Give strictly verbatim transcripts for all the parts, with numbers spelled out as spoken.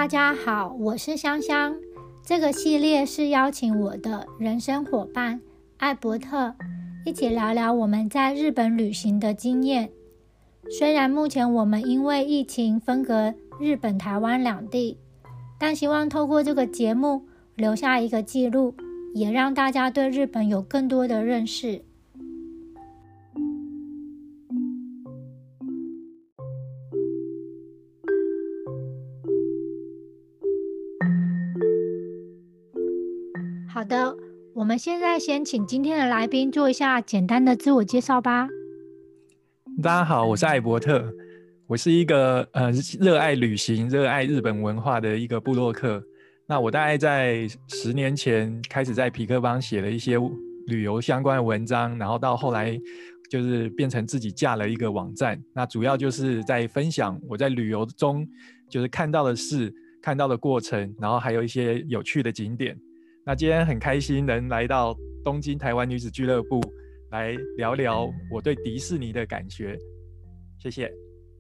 大家好，我是香香。这个系列是邀请我的人生伙伴艾伯特一起聊聊我们在日本旅行的经验。虽然目前我们因为疫情分隔日本、台湾两地，但希望透过这个节目留下一个记录，也让大家对日本有更多的认识。好的，我们现在先请今天的来宾做一下简单的自我介绍吧。 大家好，我是艾伯特，我是一个呃热爱旅行、热爱日本文化的一个部落客。那我大概在十年前开始在痞客邦写了一些旅游相关的文章，然后到后来就是变成自己架了一个网站。那主要就是在分享我在旅游中就是看到的事、看到的过程，然后还有一些有趣的景点。那今天很开心能来到东京台湾女子俱乐部来聊聊我对迪士尼的感觉，谢谢。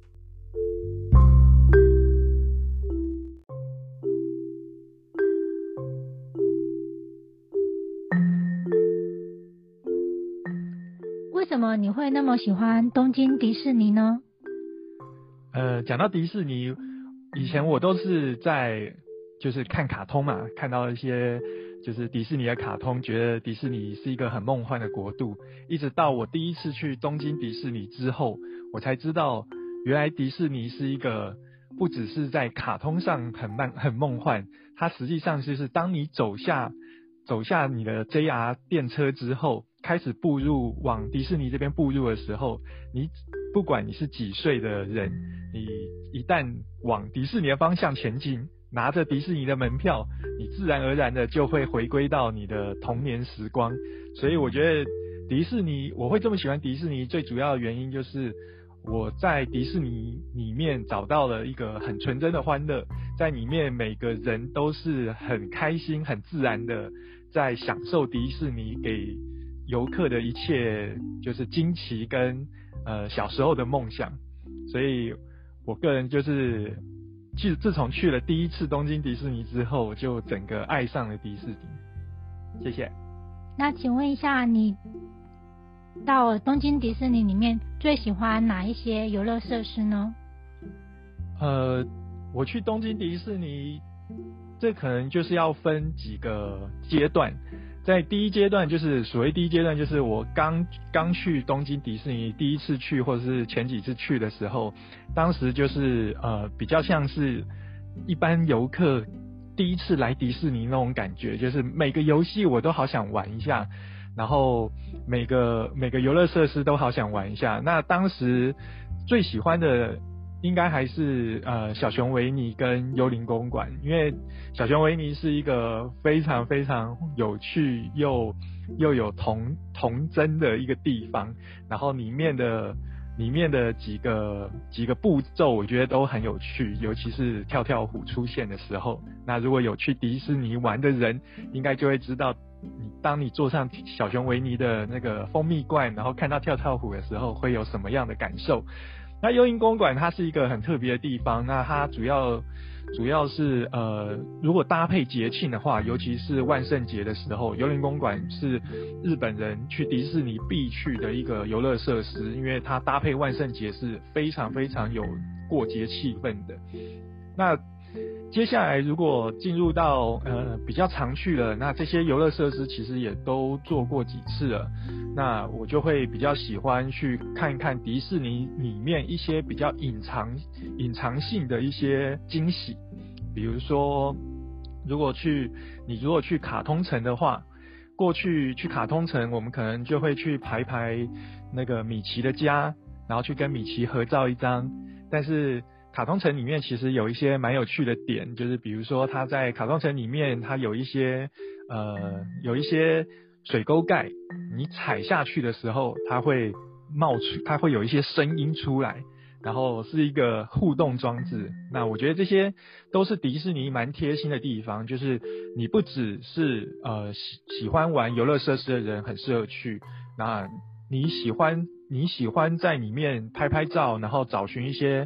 为什么你会那么喜欢东京迪士尼呢？ 呃，讲到迪士尼，以前我都是在就是看卡通嘛，看到一些就是迪士尼的卡通，觉得迪士尼是一个很梦幻的国度。一直到我第一次去东京迪士尼之后，我才知道原来迪士尼是一个不只是在卡通上很梦很梦幻，它实际上就是当你走下走下你的 J R 电车之后，开始步入往迪士尼这边步入的时候，你不管你是几岁的人，你一旦往迪士尼的方向前进，拿着迪士尼的门票，你自然而然的就会回归到你的童年时光。所以我觉得迪士尼，我会这么喜欢迪士尼，最主要的原因就是我在迪士尼里面找到了一个很纯真的欢乐，在里面每个人都是很开心、很自然的在享受迪士尼给游客的一切，就是惊奇跟呃小时候的梦想。所以我个人就是自自从去了第一次东京迪士尼之后，就整个爱上了迪士尼。谢谢。 那请问一下，你到东京迪士尼里面最喜欢哪一些游乐设施呢？ 呃，我去东京迪士尼，这可能就是要分几个阶段。在第一阶段，就是所谓第一阶段，就是我刚刚去东京迪士尼第一次去，或者是前几次去的时候，当时就是呃比较像是一般游客第一次来迪士尼那种感觉，就是每个游戏我都好想玩一下，然后每个每个游乐设施都好想玩一下。那当时最喜欢的应该还是呃小熊维尼跟幽灵公馆，因为小熊维尼是一个非常非常有趣又又有童童真的一个地方，然后里面的里面的几个几个步骤我觉得都很有趣，尤其是跳跳虎出现的时候。那如果有去迪士尼玩的人应该就会知道，你当你坐上小熊维尼的那个蜂蜜罐，然后看到跳跳虎的时候会有什么样的感受。那幽灵公馆它是一个很特别的地方，那它主要主要是呃，如果搭配节庆的话，尤其是万圣节的时候，幽灵公馆是日本人去迪士尼必去的一个游乐设施，因为它搭配万圣节是非常非常有过节气氛的。那接下来如果进入到呃比较常去了，那这些游乐设施其实也都做过几次了，那我就会比较喜欢去看一看迪士尼里面一些比较隐藏隐藏性的一些惊喜。比如说如果去你如果去卡通城的话，过去去卡通城我们可能就会去排排那个米奇的家，然后去跟米奇合照一张。但是卡通城里面其实有一些蛮有趣的点，就是比如说它在卡通城里面它有一些呃有一些水沟盖，你踩下去的时候它会冒出它会有一些声音出来，然后是一个互动装置。那我觉得这些都是迪士尼蛮贴心的地方，就是你不只是呃喜喜欢玩游乐设施的人很适合去，那你喜欢你喜欢在里面拍拍照，然后找寻一些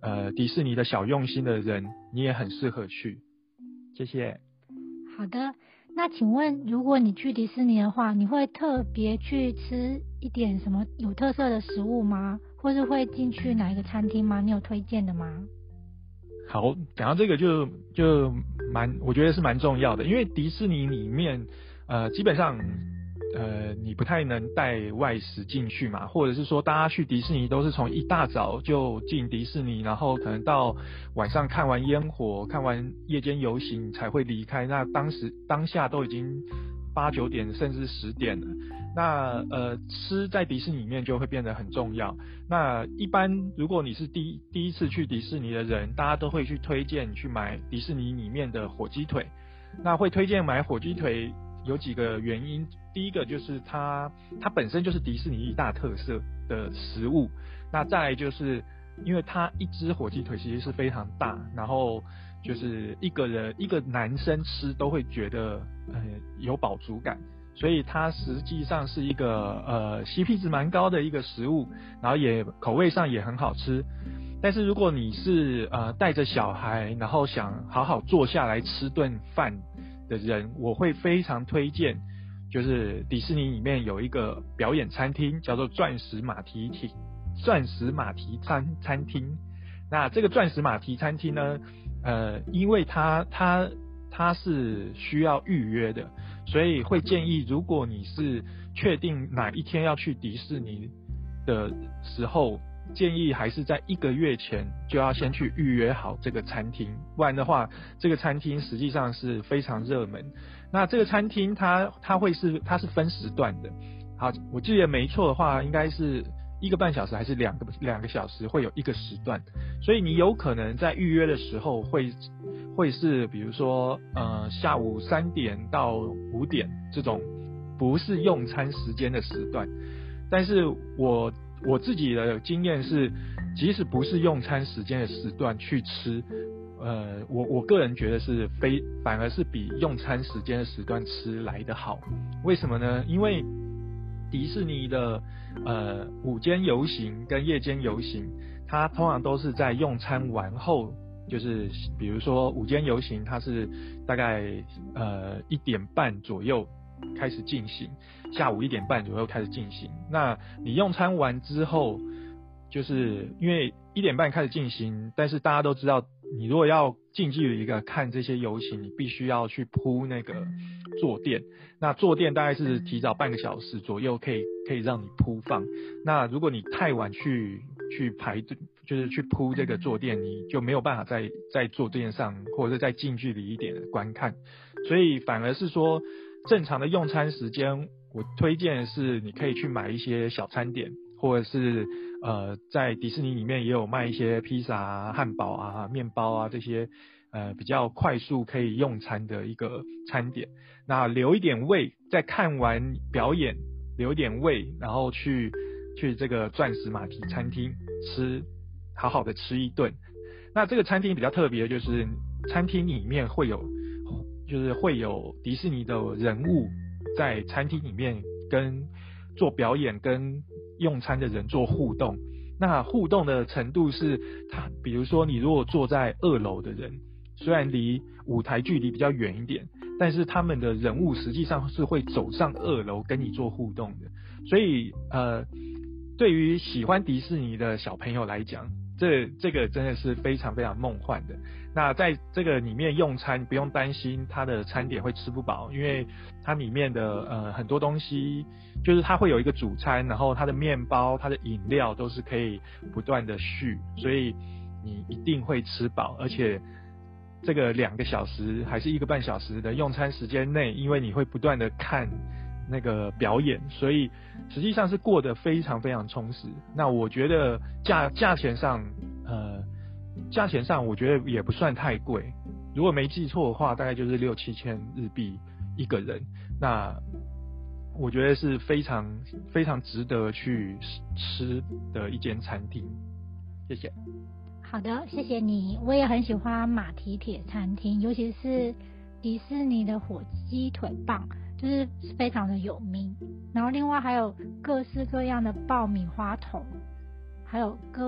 呃迪士尼的小用心的人，你也很适合去。谢谢。 好的，那请问如果你去迪士尼的话，你会特别去吃一点什么有特色的食物吗？或是会进去哪一个餐厅吗？你有推荐的吗？ 好，讲到这个就就蛮，我觉得是蛮重要的，因为迪士尼里面，呃，基本上，呃，你不太能带外食进去嘛，或者是说大家去迪士尼都是从一大早就进迪士尼，然后可能到晚上看完烟火、看完夜间游行才会离开，那当时当下都已经八九点甚至十点了。那呃，吃在迪士尼里面就会变得很重要。那一般如果你是第一第一次去迪士尼的人，大家都会去推荐去买迪士尼里面的火鸡腿。那会推荐买火鸡腿有几个原因，第一个就是它它本身就是迪士尼一大特色的食物。那再来就是因为它一只火鸡腿其实是非常大，然后就是一个人一个男生吃都会觉得呃有饱足感。所以它实际上是一个呃 C P 值蛮高的一个食物，然后也口味上也很好吃。但是如果你是呃带着小孩，然后想好好坐下来吃顿饭的人，我会非常推荐，就是迪士尼里面有一个表演餐厅，叫做钻石马蹄蹄钻石马蹄餐餐厅。那这个钻石马蹄餐厅呢，呃，因为它它它是需要预约的。所以会建议，如果你是确定哪一天要去迪士尼的时候，建议还是在一个月前就要先去预约好这个餐厅，不然的话，这个餐厅实际上是非常热门。那这个餐厅它它会是它是分时段的，好，我记得没错的话，应该是一个半小时还是两个两个小时会有一个时段，所以你有可能在预约的时候会。会是比如说呃下午三点到五点这种不是用餐时间的时段，但是我我自己的经验是，即使不是用餐时间的时段去吃，呃我我个人觉得是非反而是比用餐时间的时段吃来得好。为什么呢？因为迪士尼的呃午间游行跟夜间游行，它通常都是在用餐完后。就是比如说午间游行，它是大概呃一点半左右开始进行，下午一点半左右开始进行。那你用餐完之后，就是因为一点半开始进行，但是大家都知道，你如果要近距离的看这些游行，你必须要去铺那个坐垫。那坐垫大概是提早半个小时左右可以可以让你铺放。那如果你太晚去去排队。就是去铺这个坐垫，你就没有办法在在坐垫上，或者是再近距离一点的观看，所以反而是说正常的用餐时间，我推荐的是你可以去买一些小餐点，或者是呃在迪士尼里面也有卖一些披萨啊、汉堡啊、面包啊这些呃比较快速可以用餐的一个餐点，那留一点胃，在看完表演留一点胃，然后去去这个钻石马蹄餐厅吃。好好的吃一顿。那这个餐厅比较特别，就是餐厅里面会有，就是会有迪士尼的人物在餐厅里面跟做表演、跟用餐的人做互动。那互动的程度是，他比如说你如果坐在二楼的人，虽然离舞台距离比较远一点，但是他们的人物实际上是会走上二楼跟你做互动的。所以呃，对于喜欢迪士尼的小朋友来讲，这这个真的是非常非常梦幻的。那在这个里面用餐，不用担心它的餐点会吃不饱，因为它里面的呃很多东西，就是它会有一个主餐，然后它的面包、它的饮料都是可以不断的续，所以你一定会吃饱。而且这个两个小时还是一个半小时的用餐时间内，因为你会不断的看那个表演，所以实际上是过得非常非常充实。那我觉得价价钱上，呃，价钱上我觉得也不算太贵。如果没记错的话，大概就是六七千日币一个人。那我觉得是非常非常值得去吃的一间餐厅。谢谢。 好的，谢谢你。我也很喜欢马蹄铁餐厅，尤其是迪士尼的火鸡腿棒。就是非常的有名，然后另外还有各式各样的爆米花桶，还有各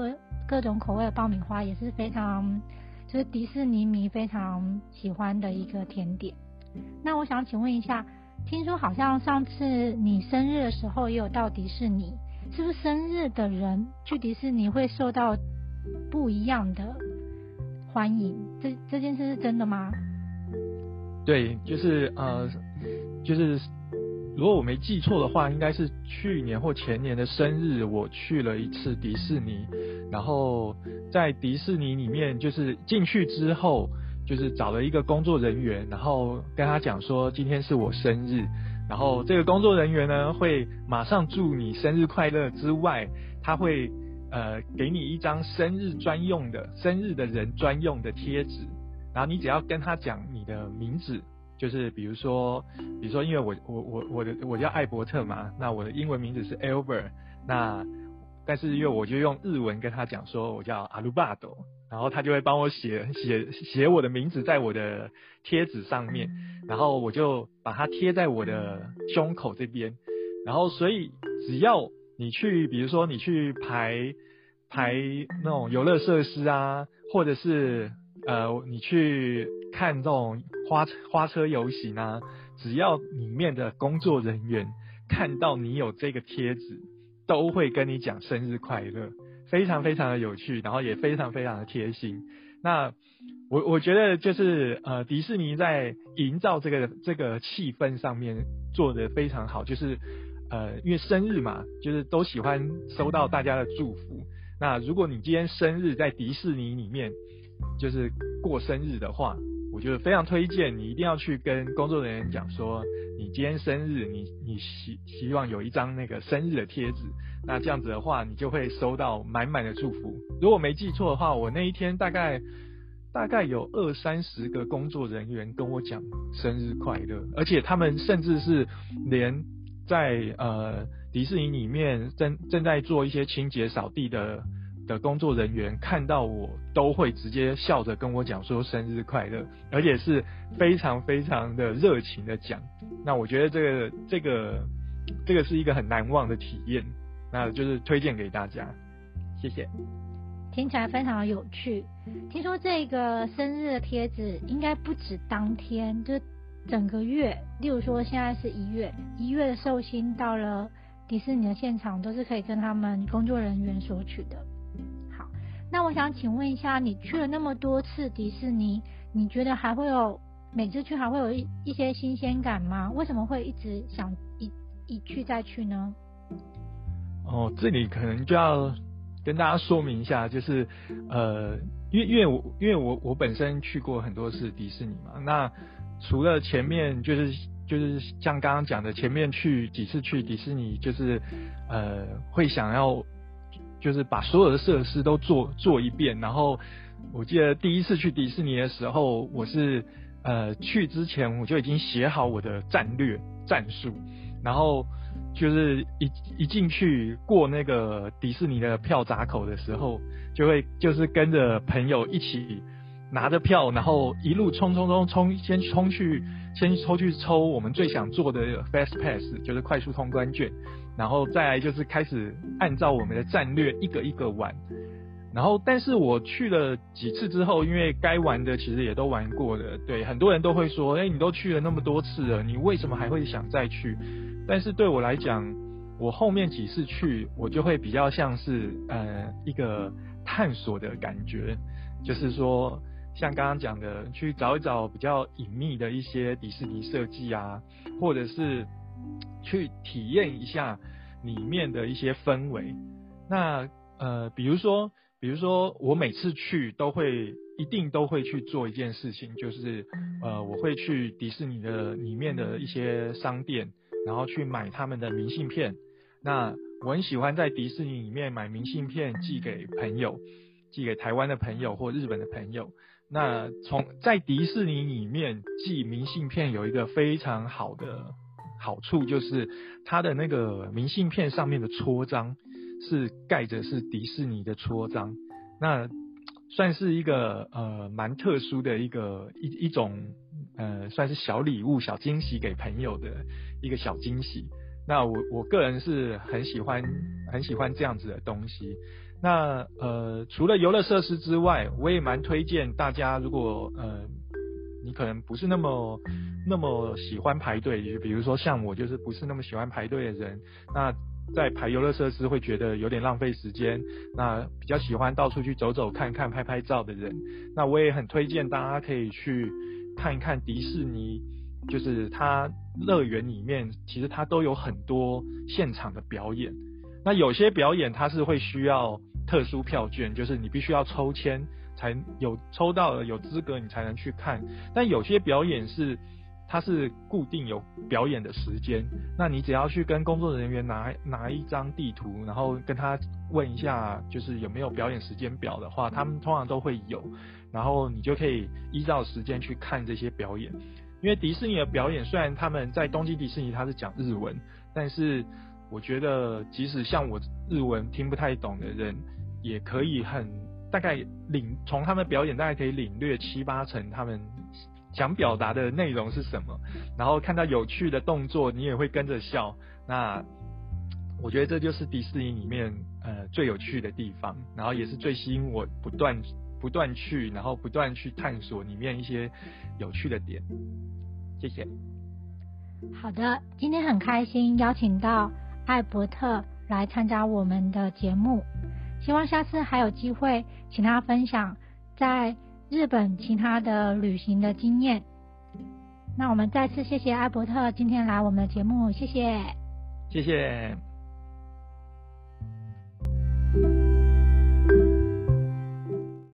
各种口味的爆米花也是非常，就是迪士尼迷非常喜欢的一个甜点。那我想请问一下，听说好像上次你生日的时候也有到迪士尼，是不是生日的人去迪士尼会受到不一样的欢迎？这这件事是真的吗？ 对，就是呃，就是如果我没记错的话，应该是去年或前年的生日，我去了一次迪士尼，然后在迪士尼里面，就是进去之后，就是找了一个工作人员，然后跟他讲说今天是我生日，然后这个工作人员呢会马上祝你生日快乐之外，他会呃给你一张生日专用的生日的人专用的贴纸。然后你只要跟他讲你的名字，就是比如说，比如说，因为我我我我的我叫艾伯特嘛，那我的英文名字是 Albert， 那但是因为我就用日文跟他讲说我叫阿鲁巴多，然后他就会帮我写写写我的名字在我的贴纸上面，然后我就把它贴在我的胸口这边，然后所以只要你去，比如说你去排排那种游乐设施啊，或者是呃，你去看这种花花车游行啊，只要里面的工作人员看到你有这个贴纸，都会跟你讲生日快乐，非常非常的有趣，然后也非常非常的贴心。那我我觉得就是呃，迪士尼在营造这个这个气氛上面做得非常好，就是呃，因为生日嘛，就是都喜欢收到大家的祝福。那如果你今天生日在迪士尼里面，就是过生日的话，我就非常推荐你一定要去跟工作人员讲说，你今天生日，你你希希望有一张那个生日的贴纸，那这样子的话，你就会收到满满的祝福。如果没记错的话，我那一天大概大概有二三十个工作人员跟我讲生日快乐，而且他们甚至是连在呃迪士尼里面正正在做一些清洁扫地的。的工作人员看到我都会直接笑着跟我讲说生日快乐，而且是非常非常的热情的讲。那我觉得这个这个这个是一个很难忘的体验，那就是推荐给大家。谢谢。 听起来非常的有趣。听说这个生日的贴纸应该不止当天，就是整个月。例如说现在是一月，一月的寿星到了迪士尼的现场都是可以跟他们工作人员索取的。那我想请问一下，你去了那么多次迪士尼，你觉得还会有每次去还会有一一些新鲜感吗？为什么会一直想一一去再去呢？ 哦，这里可能就要跟大家说明一下，就是呃，因为因为我因为我我本身去过很多次迪士尼嘛，那除了前面就是就是像刚刚讲的，前面去几次去迪士尼，就是呃会想要。就是把所有的设施都做做一遍，然后我记得第一次去迪士尼的时候，我是呃去之前我就已经写好我的战略战术，然后就是一一进去过那个迪士尼的票闸口的时候，就会就是跟着朋友一起拿着票，然后一路冲冲冲冲，先冲去先抽去抽我们最想做的 Fast Pass， 就是快速通关券。然后再来就是开始按照我们的战略一个一个玩，然后但是我去了几次之后，因为该玩的其实也都玩过了，对，很多人都会说，哎，你都去了那么多次了，你为什么还会想再去？但是对我来讲，我后面几次去，我就会比较像是呃一个探索的感觉，就是说像刚刚讲的，去找一找比较隐秘的一些迪士尼设计啊，或者是去体验一下里面的一些氛围。那呃，比如说，比如说我每次去都会一定都会去做一件事情，就是呃，我会去迪士尼的里面的一些商店，然后去买他们的明信片。那我很喜欢在迪士尼里面买明信片寄给朋友，寄给台湾的朋友或日本的朋友。那从在迪士尼里面寄明信片有一个非常好的好处，就是它的那个明信片上面的戳章是盖着是迪士尼的戳章，那算是一个呃蛮特殊的一个一一种呃算是小礼物小惊喜给朋友的一个小惊喜。 那我我个人是很喜欢很喜欢这样子的东西。那呃除了游乐设施之外，我也蛮推荐大家，如果呃你可能不是那么那么喜欢排队，就比如说像我就是不是那么喜欢排队的人，那在排游乐设施会觉得有点浪费时间，那比较喜欢到处去走走看看拍拍照的人，那我也很推荐大家可以去看一看迪士尼，就是它乐园里面其实它都有很多现场的表演。那有些表演它是会需要特殊票券，就是你必须要抽签才有抽到了有资格你才能去看，但有些表演是它是固定有表演的时间，那你只要去跟工作人员拿拿一张地图，然后跟他问一下就是有没有表演时间表的话，他们通常都会有，然后你就可以依照时间去看这些表演。因为迪士尼的表演虽然他们在东京迪士尼它是讲日文，但是我觉得即使像我日文听不太懂的人，也可以很大概领从他们表演大概可以领略七八成他们想表达的内容是什么，然后看到有趣的动作你也会跟着笑，那我觉得这就是迪士尼里面呃最有趣的地方，然后也是最吸引我不断不断去然后不断去探索里面一些有趣的点。谢谢。 好的，今天很开心邀请到艾伯特来参加我们的节目，希望下次还有机会请他分享在日本其他的旅行的经验。那我们再次谢谢艾伯特今天来我们的节目，谢谢。 谢谢。